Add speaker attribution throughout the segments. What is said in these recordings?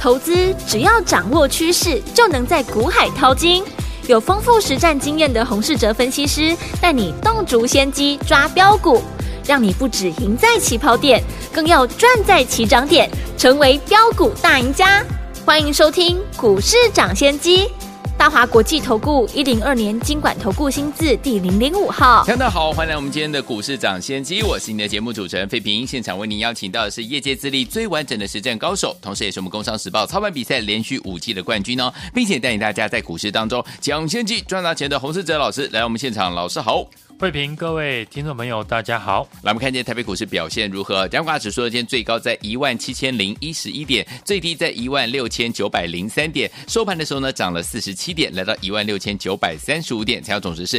Speaker 1: 投资只要掌握趋势，就能在股海淘金。有丰富实战经验的洪士哲分析师带你洞烛先机抓标股，让你不只赢在起跑点，更要赚在起涨点，成为标股大赢家。欢迎收听股市涨先机，大华国际投顾102年金管投顾新字第005号。
Speaker 2: 大家好，欢迎来我们今天的股市涨先机，我是你的节目主持人费平。现场为您邀请到的是业界资历最完整的实战高手，同时也是我们工商时报操盘比赛连续5季的冠军哦，并且带领大家在股市当中抢先机赚大钱的洪士哲老师来到我们现场。老师好。
Speaker 3: 慧平，各位听众朋友大家好。
Speaker 2: 来，我们看见台北股市表现如何？加权指数今天最高在17011点，最低在16903点，收盘的时候呢涨了47点，来到16935点，成交总值是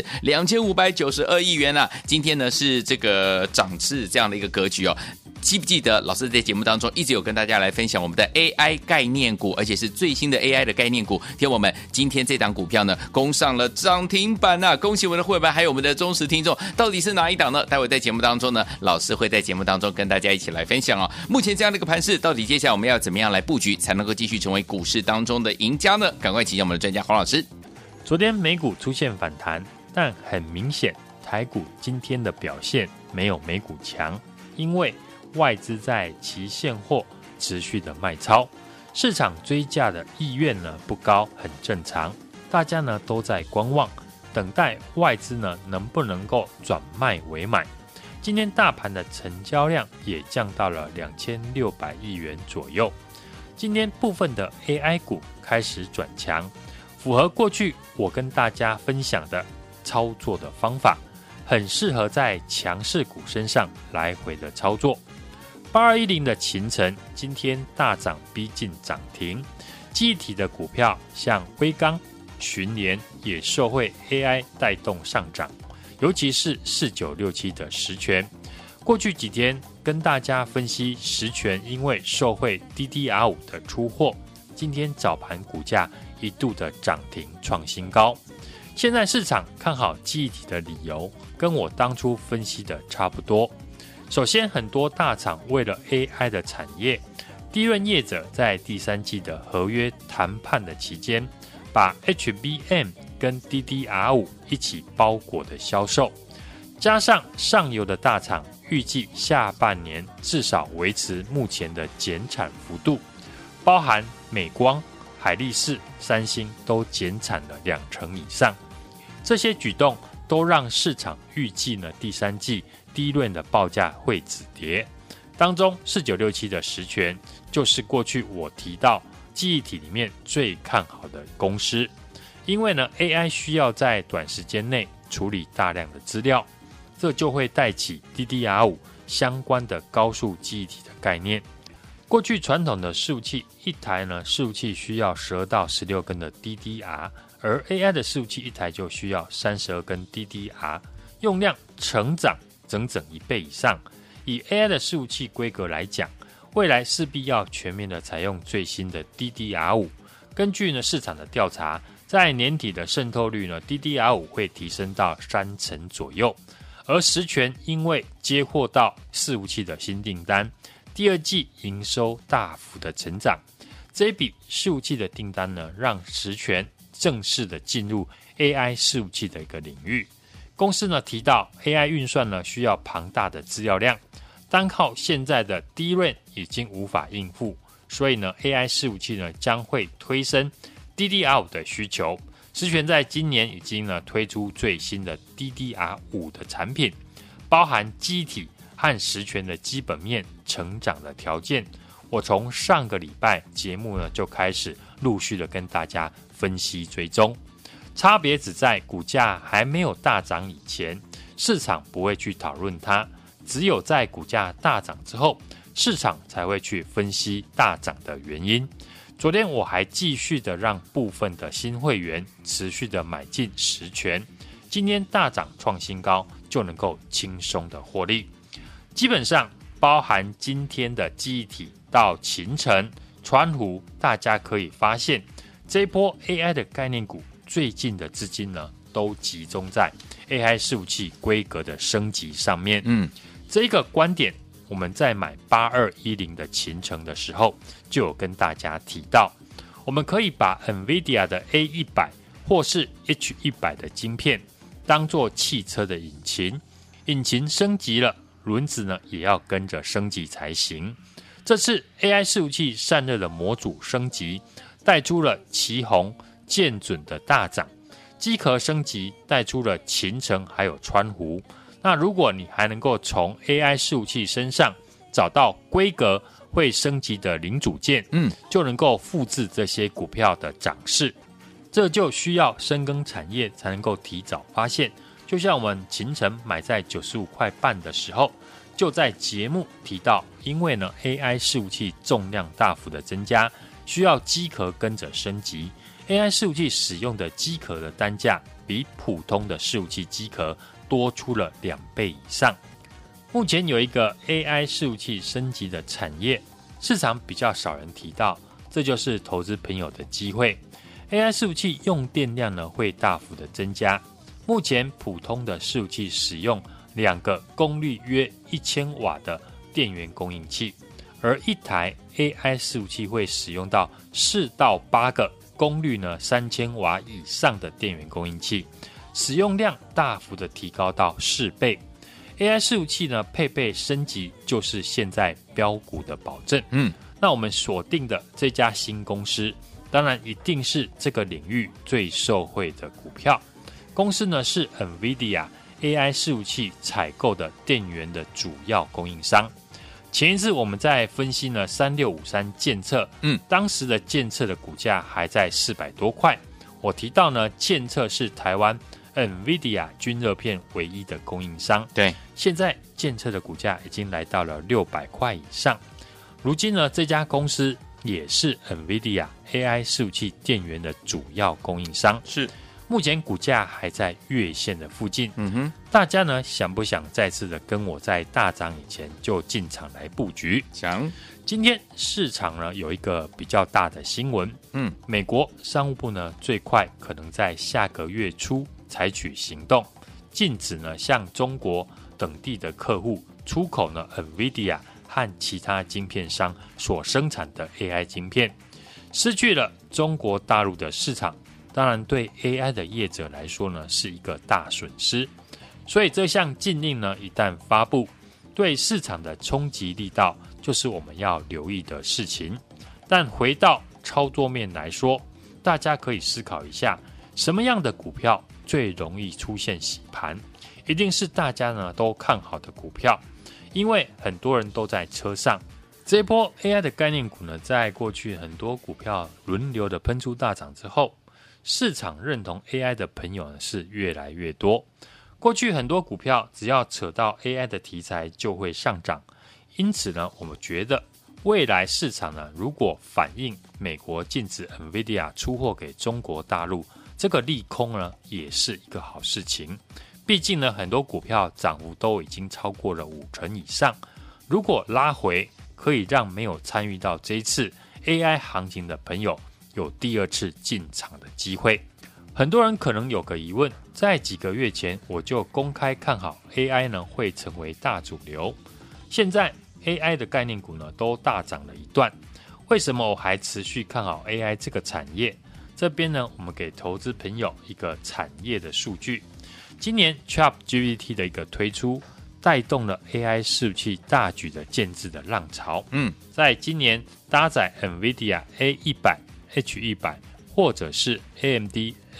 Speaker 2: 2592亿元啊。今天呢是这个涨势这样的一个格局哦。记不记得老师在节目当中一直有跟大家来分享我们的 AI 概念股，而且是最新的 AI 的概念股。听我们今天这档股票呢攻上了涨停板啊！恭喜我们的会员还有我们的忠实听众，到底是哪一档呢？待会在节目当中呢，老师会在节目当中跟大家一起来分享哦。目前这样的一个盘势，到底接下来我们要怎么样来布局，才能够继续成为股市当中的赢家呢？赶快请教我们的专家黄老师。
Speaker 3: 昨天美股出现反弹，但很明显台股今天的表现没有美股强，因为外资在期现货持续的卖超，市场追价的意愿呢不高，很正常。大家呢都在观望，等待外资呢能不能够转卖为买。今天大盘的成交量也降到了2600亿元左右。今天部分的 AI 股开始转强，符合过去我跟大家分享的操作的方法，很适合在强势股身上来回的操作。8210的勤诚今天大涨逼近涨停，记忆体的股票像威刚、群联也受惠 AI 带动上涨，尤其是4967的实权。过去几天跟大家分析实权因为受惠 DDR5 的出货，今天早盘股价一度的涨停创新高。现在市场看好记忆体的理由跟我当初分析的差不多。首先，很多大厂为了 AI 的产业，低润业者在第3季的合约谈判的期间，把 HBM 跟 DDR5 一起包裹的销售，加上上游的大厂预计下半年至少维持目前的减产幅度，包含美光、海力士、三星都减产了20%以上。这些举动都让市场预计呢第3季低润的报价会止跌。当中4967的实权就是过去我提到记忆体里面最看好的公司，因为呢 AI 需要在短时间内处理大量的资料，这就会带起 DDR5 相关的高速记忆体的概念。过去传统的伺服器一台呢伺服器需要12到16根的 DDR， 而 AI 的伺服器一台就需要32根 DDR， 用量成长整整1倍以上。以 AI 的伺服器规格来讲，未来势必要全面的采用最新的 DDR5。根据呢市场的调查，在年底的渗透率呢 DDR5 会提升到30%左右。而实权因为接获到伺服器的新订单，第2季营收大幅的成长，这一笔伺服器的订单呢，让实权正式的进入 AI 伺服器的一个领域。公司呢提到 AI 运算呢需要庞大的资料量，单靠现在的 DRAM 已经无法应付，所以呢 AI 伺服器呢将会推升 DDR5 的需求。实权在今年已经呢推出最新的 DDR5 的产品，包含记忆体和实权的基本面成长的条件。我从上个礼拜节目呢就开始陆续的跟大家分析追踪，差别只在股价还没有大涨以前，市场不会去讨论它，只有在股价大涨之后，市场才会去分析大涨的原因。昨天我还继续的让部分的新会员持续的买进实权，今天大涨创新高，就能够轻松的获利。基本上包含今天的记忆体到勤诚、川湖，大家可以发现这一波 AI 的概念股最近的资金呢都集中在 AI 伺服器规格的升级上面。这一个观点我们在买8210的勤诚的时候，就有跟大家提到，我们可以把 NVIDIA 的 A100 或是 H100 的晶片当作汽车的引擎，引擎升级了，轮子呢也要跟着升级才行。这次 AI 伺服器散热的模组升级，带出了奇鋐、建准的大涨，机壳升级带出了勤诚还有川湖。那如果你还能够从 AI 伺服器身上找到规格会升级的零组件，就能够复制这些股票的涨势。这就需要深耕产业才能够提早发现。就像我们勤诚买在95块半的时候，就在节目提到，因为呢 AI 伺服器重量大幅的增加，需要机壳跟着升级。AI 伺服器使用的机壳的单价比普通的伺服器机壳多出了2倍以上。目前有一个 AI 伺服器升级的产业，市场比较少人提到，这就是投资朋友的机会。AI 伺服器用电量呢会大幅的增加，目前普通的伺服器使用2个功率约1000瓦的电源供应器，而一台 AI 伺服器会使用到4到8个功率呢3000瓦以上的电源供应器，使用量大幅的提高到4倍。AI 伺服器呢配备升级，就是现在标股的保证。那我们锁定的这家新公司，当然一定是这个领域最受惠的股票。公司呢是 NVIDIA AI 伺服器采购的电源的主要供应商。前一次我们在分析呢3653建测，当时的建测的股价还在400多块。我提到呢，建测是台湾 NVIDIA 均热片唯一的供应商。
Speaker 2: 对，
Speaker 3: 现在建测的股价已经来到了600块以上。如今呢，这家公司也是 NVIDIA AI 伺服器电源的主要供应商。
Speaker 2: 是。
Speaker 3: 目前股价还在月线的附近，大家呢想不想再次的跟我在大涨以前就进场来布局？
Speaker 2: 想。
Speaker 3: 今天市场呢有一个比较大的新闻，美国商务部呢最快可能在下个月初采取行动，禁止呢向中国等地的客户出口呢 NVIDIA 和其他晶片商所生产的 AI 晶片，失去了中国大陆的市场。当然对 AI 的业者来说呢是一个大损失，所以这项禁令呢一旦发布，对市场的冲击力道就是我们要留意的事情。但回到操作面来说，大家可以思考一下，什么样的股票最容易出现洗盘？一定是大家呢都看好的股票，因为很多人都在车上。这一波 AI 的概念股呢，在过去很多股票轮流的喷出大涨之后，市场认同 AI 的朋友呢是越来越多。过去很多股票只要扯到 AI 的题材就会上涨，因此呢，我们觉得未来市场呢，如果反映美国禁止 NVIDIA 出货给中国大陆，这个利空呢也是一个好事情。毕竟呢，很多股票涨幅都已经超过了50%以上，如果拉回，可以让没有参与到这一次 AI 行情的朋友有第二次进场的机会。很多人可能有个疑问，在几个月前我就公开看好 AI 呢会成为大主流，现在 AI 的概念股呢都大涨了一段，为什么我还持续看好 AI 这个产业？这边呢，我们给投资朋友一个产业的数据。今年 ChatGPT 的一个推出，带动了 AI 伺服器大举的建制的浪潮。在今年搭载 NVIDIA A100、H100 或者是 AMD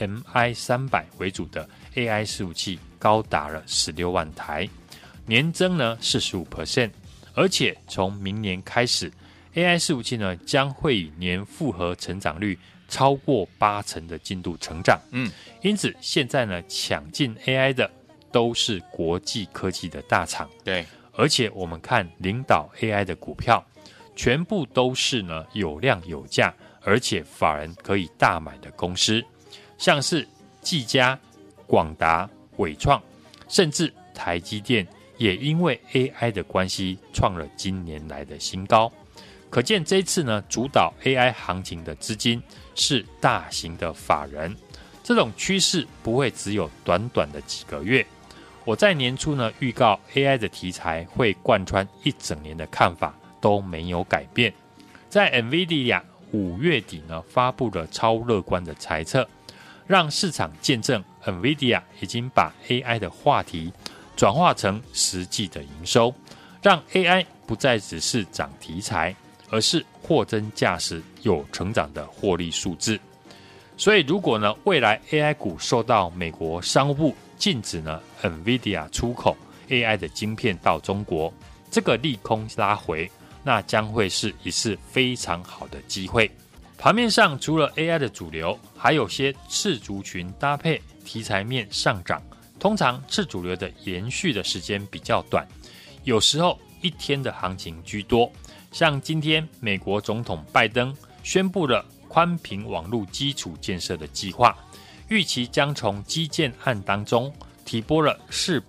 Speaker 3: MI300 为主的 AI 伺服器高达了16万台，年增呢 45%， 而且从明年开始 AI 伺服器呢将会以年复合成长率超过80%的进度成长。因此现在呢抢进 AI 的都是国际科技的大厂。
Speaker 2: 对，
Speaker 3: 而且我们看领导 AI 的股票，全部都是呢有量有价，而且法人可以大买的公司，像是技嘉、广达、伟创，甚至台积电也因为 AI 的关系创了今年来的新高。可见这一次呢，主导 AI 行情的资金是大型的法人，这种趋势不会只有短短的几个月。 我在年初呢预告 AI 的题材会贯穿一整年的看法都没有改变。在 NVIDIA 5月底呢发布了超乐观的财测，让市场见证 NVIDIA 已经把 AI 的话题转化成实际的营收，让 AI 不再只是涨题材，而是货真价实有成长的获利数字。所以如果呢未来 AI 股受到美国商务部禁止呢 NVIDIA 出口 AI 的晶片到中国，这个利空拉回，那将会是一次非常好的机会。盘面上除了 AI 的主流，还有些次族群搭配题材面上涨，通常次主流的延续的时间比较短，有时候一天的行情居多。像今天美国总统拜登宣布了宽频网络基础建设的计划，预期将从基建案当中提拨了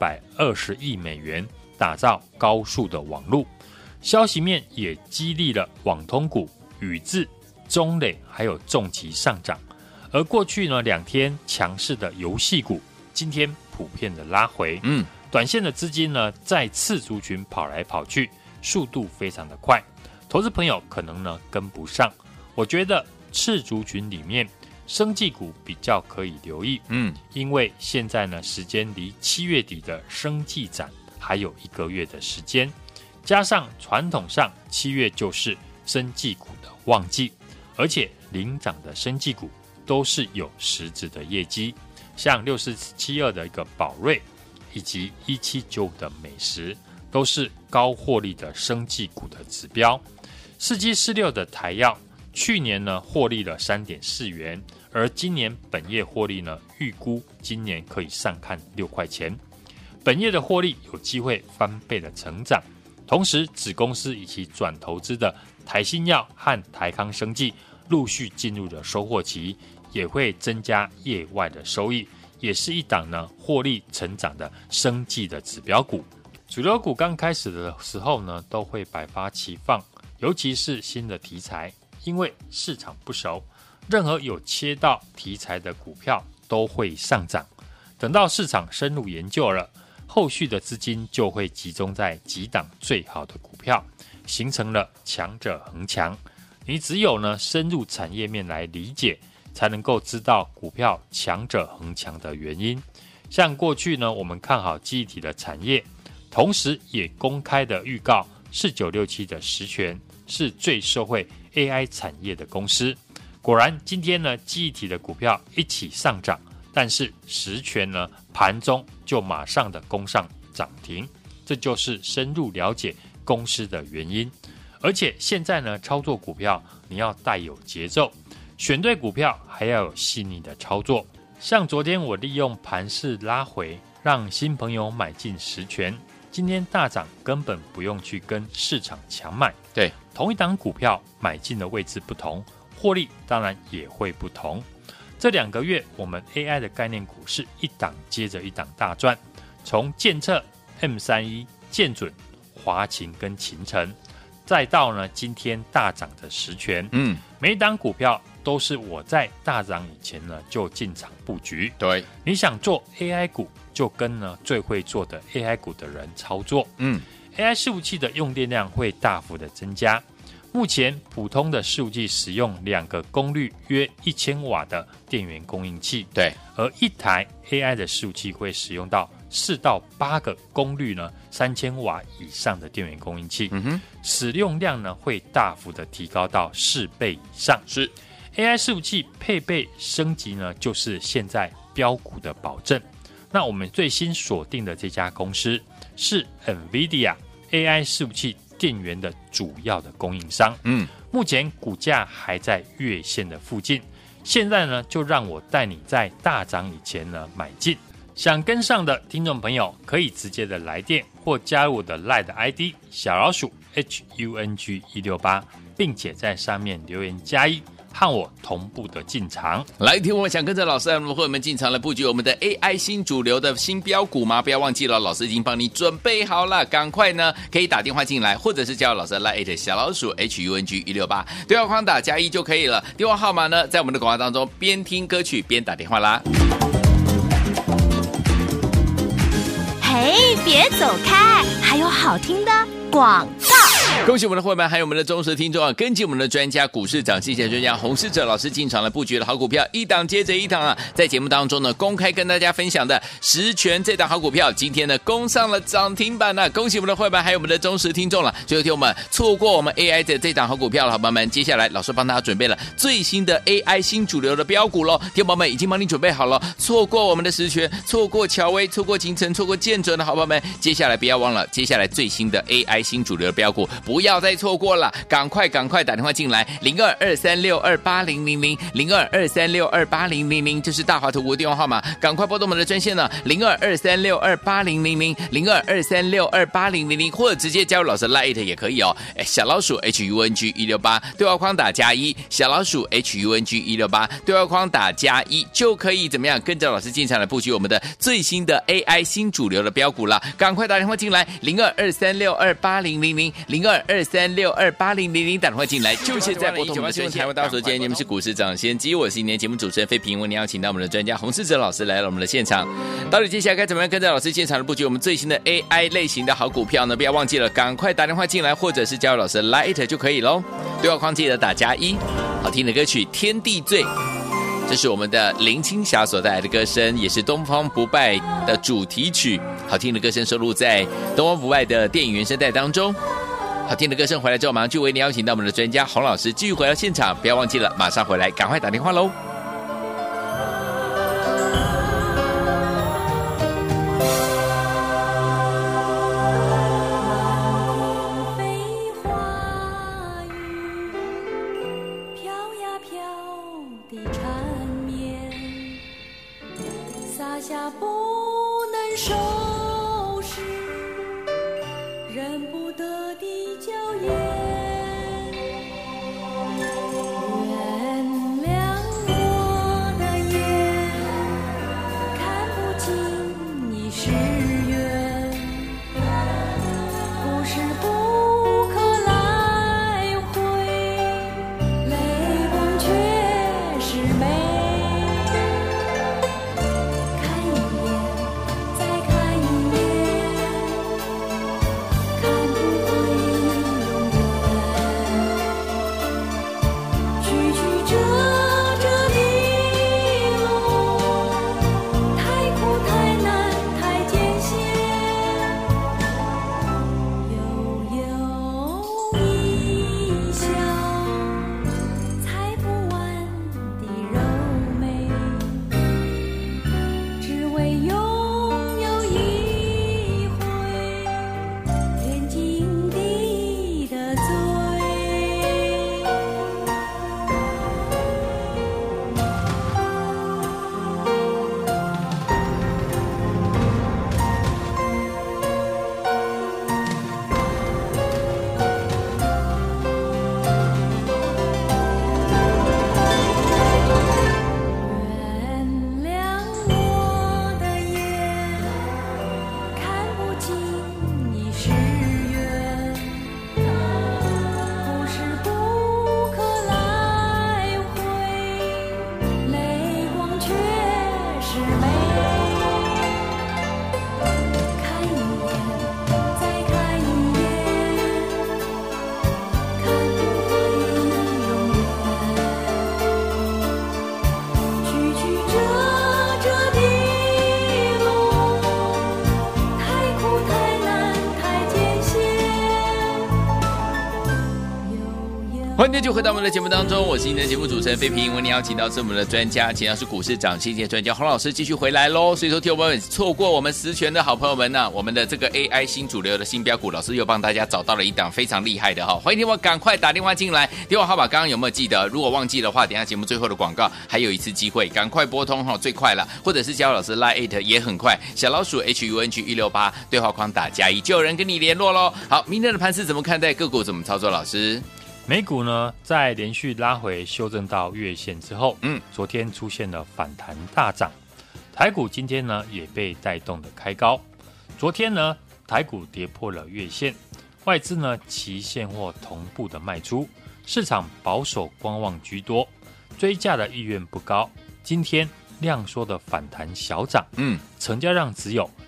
Speaker 3: 420亿美元，打造高速的网络。消息面也激励了网通股、宇智、中磊还有重骑上涨。而过去呢2天强势的游戏股，今天普遍的拉回。短线的资金呢在次族群跑来跑去，速度非常的快，投资朋友可能呢跟不上。我觉得次族群里面生技股比较可以留意，因为现在呢时间离7月底的生技展还有1个月的时间，加上传统上7月就是生技股的旺季，而且领涨的生技股都是有实质的业绩，像6472的一个宝瑞以及1795的美食都是高获利的生技股的指标。4746的台药去年呢获利了 3.4 元，而今年本业获利呢预估今年可以上看6块钱，本业的获利有机会翻倍的成长。同时子公司以及转投资的台新药和台康生技陆续进入了收获期，也会增加业外的收益，也是一档呢获利成长的生技的指标股。主流股刚开始的时候呢都会百花齐放，尤其是新的题材，因为市场不熟，任何有切到题材的股票都会上涨。等到市场深入研究了，后续的资金就会集中在几档最好的股票，形成了强者恒强。你只有呢深入产业面来理解，才能够知道股票强者恒强的原因。像过去呢我们看好记忆体的产业，同时也公开的预告4967的实权是最受惠 AI 产业的公司。果然今天呢记忆体的股票一起上涨，但是实权呢盘中就马上的攻上涨停，这就是深入了解公司的原因。而且现在呢操作股票你要带有节奏，选对股票还要有细腻的操作。像昨天我利用盘势拉回让新朋友买进实权，今天大涨根本不用去跟市场抢买。
Speaker 2: 对，
Speaker 3: 同一档股票买进的位置不同，获利当然也会不同。这2个月我们 AI 的概念股是一档接着一档大赚，从建策、M31、建准、华勤跟勤诚，再到呢今天大涨的实权，每一档股票都是我在大涨以前呢就进场布局。
Speaker 2: 对，
Speaker 3: 你想做 AI 股，就跟呢最会做的 AI 股的人操作。AI 伺服器的用电量会大幅的增加。目前普通的伺服器使用2个功率约1000瓦的电源供应器，
Speaker 2: 对，
Speaker 3: 而一台 AI 的伺服器会使用到4到8个功率呢3000瓦以上的电源供应器，使用量呢会大幅的提高到4倍以上。
Speaker 2: 是
Speaker 3: AI 伺服器配备升级呢，就是现在标股的保证。那我们最新锁定的这家公司是 NVIDIA AI 伺服器电源的主要的供应商，目前股价还在月线的附近。现在呢，就让我带你在大涨以前呢买进。想跟上的听众朋友，可以直接的来电或加入我的 LINE 的 ID 小老鼠 HUNG168，并且在上面留言加1。和我同步的进场。
Speaker 2: 来，听我们想跟着老师和我们进场来布局我们的 AI 新主流的新标股吗？不要忘记了，老师已经帮你准备好了，赶快呢可以打电话进来，或者是加入老师的 LINE 小老鼠 HUNG168， 对话框打加1就可以了。电话号码呢在我们的广告当中，边听歌曲边打电话啦。
Speaker 1: 嘿，别走开，还有好听的广告。
Speaker 2: 恭喜我们的会员，还有我们的忠实听众啊！跟紧我们的专家股市长谢谢专家洪士哲老师进场来布局的好股票，一档接着一档啊！在节目当中呢，公开跟大家分享的实权这档好股票，今天呢攻上了涨停板啊！恭喜我们的会员，还有我们的忠实听众了。最后听我们错过我们 AI 的这档好股票了，好朋友们，接下来老师帮大家准备了最新的 AI 新主流的标股喽！听众朋友们已经帮你准备好了，错过我们的实权，错过乔威，错过秦城，错过建准的好朋友们，接下来不要忘了，接下来最新的 AI 新主流的标股。不要再错过了，赶快打电话进来，0223628000，0223628000，这是大华投顾的电话号码，赶快拨动我们的专线了，0223628000，0223628000，或者直接加入老师 LINE 也可以哦，小老鼠 HUNG168，对话框打+1，小老鼠 HUNG168，对话框打+1就可以怎么样跟着老师进场来布局我们的最新的 AI 新主流的标股了，赶快打电话进来，0223628000，0223628000，打电话进来就现在拨通我们的专线。台湾大所见，你们是股市涨先机，我是今天节目主持人费平，为您邀请到我们的专家洪士哲老师来了我们的现场。到底接下来该怎么样跟着老师进场的布局我们最新的 AI 类型的好股票呢？不要忘记了，赶快打电话进来，或者是加入老师的 LINE 就可以咯。对话框记得打+1。好听的歌曲《天地醉》，这是我们的林青霞所带来的歌声，也是东方不败的主题曲。好听的歌声收录在东方不败的电影原声带当中。好听的歌声回来之后，马上就为您邀请到我们的专家洪老师继续回到现场，不要忘记了，马上回来，赶快打电话喽。
Speaker 4: 下不能收拾，忍不得的娇艳，原谅我的眼，看不清你是缘，不是不可来回，泪光却是美。
Speaker 2: 欢迎继续回到我们的节目当中，我是今天的节目主持人费平，为您邀请到是我们的专家，请到是股市涨先机专家洪老师继续回来喽。所以说，听我们错过我们实权的好朋友们呢，我们的这个 AI 新主流的新标股，老师又帮大家找到了一档非常厉害的哈。欢迎听我赶快打电话进来，电话号码刚刚有没有记得？如果忘记的话，等一下节目最后的广告还有一次机会，赶快拨通哈，最快了，或者是加入老师 LINE 也很快，小老鼠 HUNG168，对话框打+1，就有人跟你联络喽。好，明天的盘势怎么看待？个股怎么操作？老师？
Speaker 3: 美股呢，在连续拉回修正到月线之后，昨天出现了反弹大涨，台股今天呢也被带动的开高。昨天呢，台股跌破了月线，外资呢期现货同步的卖出，市场保守观望居多，追价的意愿不高。今天量缩的反弹小涨，成交量只有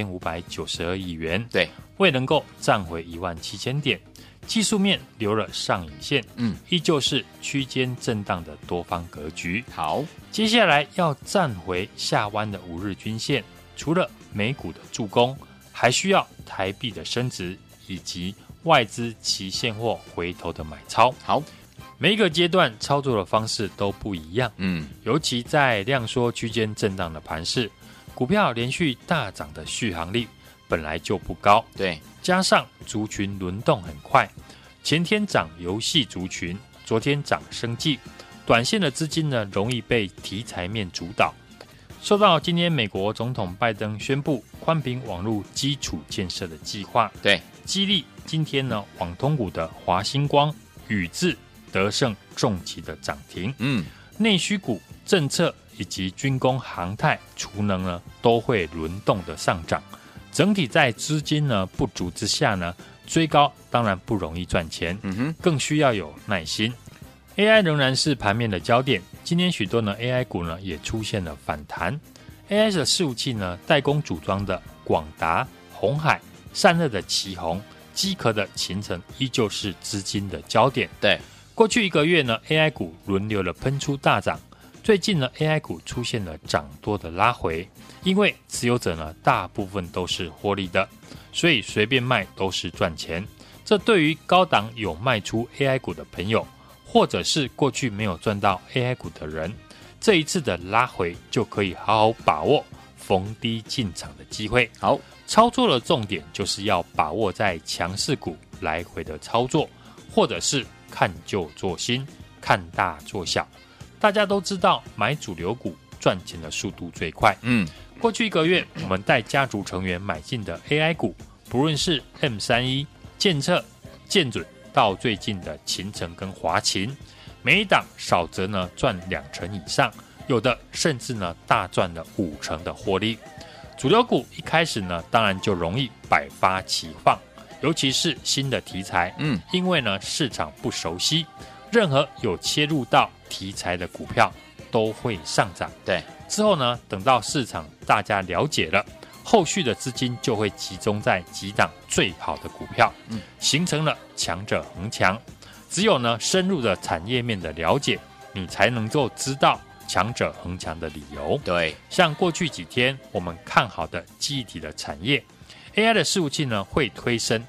Speaker 3: 2592亿元，
Speaker 2: 对，
Speaker 3: 未能够站回17000点。技术面留了上影线，依旧是区间震荡的多方格局。
Speaker 2: 好，
Speaker 3: 接下来要站回下弯的5日均线，除了美股的助攻，还需要台币的升值以及外资期现货回头的买超。
Speaker 2: 好，
Speaker 3: 每一个阶段操作的方式都不一样，尤其在量缩区间震荡的盘势，股票连续大涨的续航力本来就不高，
Speaker 2: 对，
Speaker 3: 加上族群轮动很快，前天涨游戏族群，昨天涨生技，短线的资金呢容易被题材面主导。受到今天美国总统拜登宣布宽频网络基础建设的计划，
Speaker 2: 对，
Speaker 3: 激励今天呢网通股的华星光、宇智、德胜、重骑的涨停，内需股、政策以及军工、航太、储能呢都会轮动的上涨。整体在资金呢不足之下呢，追高当然不容易赚钱，更需要有耐心。AI 仍然是盘面的焦点，今天许多呢 AI 股呢也出现了反弹。AI 的伺服器呢，代工组装的广达、鸿海、散热的奇鋐、机壳的勤诚，依旧是资金的焦点。
Speaker 2: 对，
Speaker 3: 过去1个月呢 ，AI 股轮流的喷出大涨。最近呢 ，AI 股出现了涨多的拉回，因为持有者呢大部分都是获利的，所以随便卖都是赚钱。这对于高档有卖出 AI 股的朋友，或者是过去没有赚到 AI 股的人，这一次的拉回就可以好好把握逢低进场的机会。
Speaker 2: 好，
Speaker 3: 操作的重点就是要把握在强势股来回的操作，或者是看旧做新，看大做小。大家都知道买主流股赚钱的速度最快。过去1个月我们带家族成员买进的 AI 股，不论是 M31、建策、建准，到最近的勤诚跟华勤，每一档少则呢赚2成以上，有的甚至呢大赚了5成的获利。主流股一开始呢当然就容易百花齐放，尤其是新的题材，因为呢市场不熟悉，任何有切入到题材的股票都会上涨。
Speaker 2: 对，
Speaker 3: 之后呢，等到市场大家了解了，后续的资金就会集中在几档最好的股票，形成了强者恒强。只有呢深入的产业面的了解，你才能够知道强者恒强的理由。
Speaker 2: 对，
Speaker 3: 像过去几天我们看好的记忆体的产业 ，AI 的伺服器呢会推升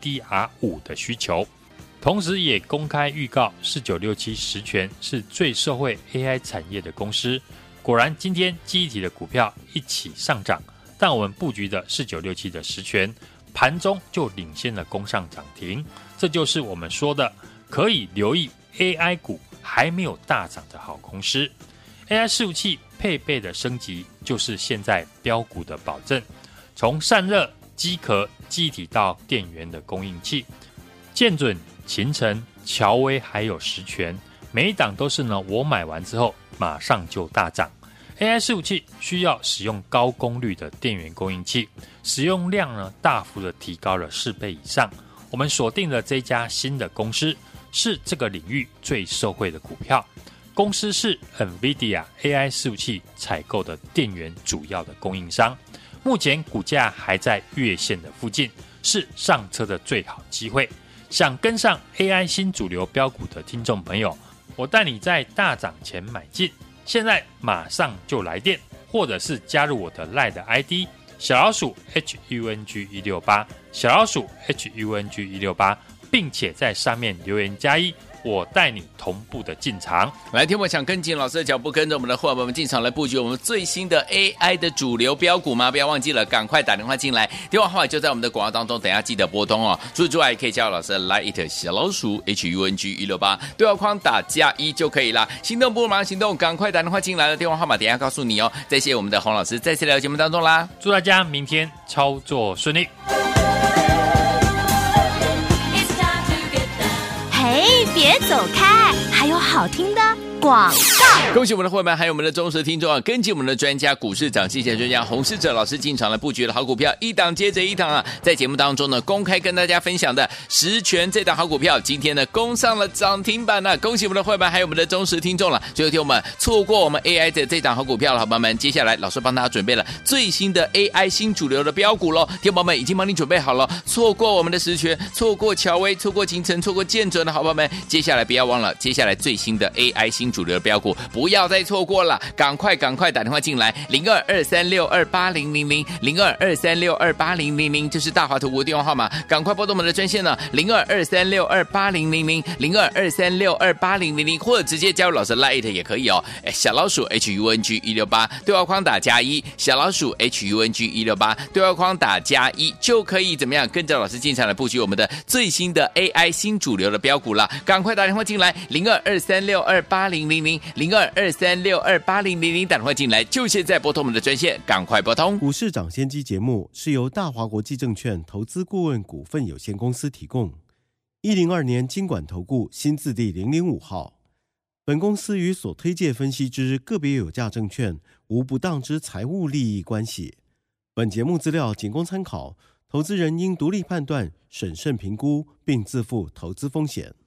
Speaker 3: DDR5 的需求。同时也公开预告4967实权是最受惠 AI 产业的公司。果然今天记忆体的股票一起上涨，但我们布局的4967的实权盘中就领先了攻上涨停。这就是我们说的可以留意 AI 股还没有大涨的好公司。 AI 伺服器配备的升级就是现在标股的保证，从散热、机壳、记忆体到电源的供应器，建准、勤诚、乔威还有实权，每一档都是呢我买完之后马上就大涨。 AI 伺服器需要使用高功率的电源供应器，使用量呢大幅的提高了4倍以上。我们锁定了这家新的公司，是这个领域最受惠的股票。公司是 NVIDIA AI 伺服器采购的电源主要的供应商，目前股价还在月线的附近，是上车的最好机会。想跟上 AI 新主流标股的听众朋友，我带你在大涨前买进，现在马上就来电，或者是加入我的 LINE 的 ID 小老鼠 HUNG168 小老鼠 HUNG168， 并且在上面留言加1，我带你同步的进场。
Speaker 2: 来，听我想跟紧老师的脚步，跟着我们的伙伴们进场来布局我们最新的 AI 的主流标股吗？不要忘记了，赶快打电话进来，电话号码就在我们的广告当中，等一下记得拨通哦。除此之外，也可以加入老师的 LINE 小老鼠 HUNG168， 对话框打+1就可以啦。行动不如马上行动，赶快打电话进来了，电话号码等一下告诉你哦。再谢我们的洪老师再次来到节目当中啦，
Speaker 3: 祝大家明天操作顺利。
Speaker 1: 嘿，别走开，
Speaker 5: 还有好听的广告。
Speaker 2: 恭喜我们的会员还有我们的忠实听众啊！跟紧我们的专家股市长谢谢专家洪士哲老师进场了布局的好股票，一档接着一档啊！在节目当中呢，公开跟大家分享的实权这档好股票，今天呢攻上了涨停板了，恭喜我们的会员还有我们的忠实听众了。最后听我们错过我们 AI 的这档好股票了，好朋友们，接下来老师帮大家准备了最新的 AI 新主流的标股喽，听众朋友们已经帮你准备好了，错过我们的实权，错过乔威，错过勤诚，错过建准的好朋友们，接下来不要忘了，接下来最新的 AI 新主流的标股，不要再错过了，赶快打电话进来，0223628000，0223628000，这是大华投顾的电话号码，赶快拨动我们的专线呢，0223628000，0223628000，或者直接加入老师 LINE 也可以哦，小老鼠 HUNG168，对话框打+1，小老鼠 HUNG168，对话框打+1就可以怎么样跟着老师进场来布局我们的最新的 AI 新主流的标股了，赶快打电话进来，0223628000，0223628000，打电话进来就现在拨通我们的专线，赶快拨通。
Speaker 6: 股市涨先机节目是由大华国际证券投资顾问股份有限公司提供，102年金管投顾新字第005号。本公司与所推介分析之个别有价证券无不当之财务利益关系。本节目资料仅供参考，投资人应独立判断、审慎评估，并自负投资风险。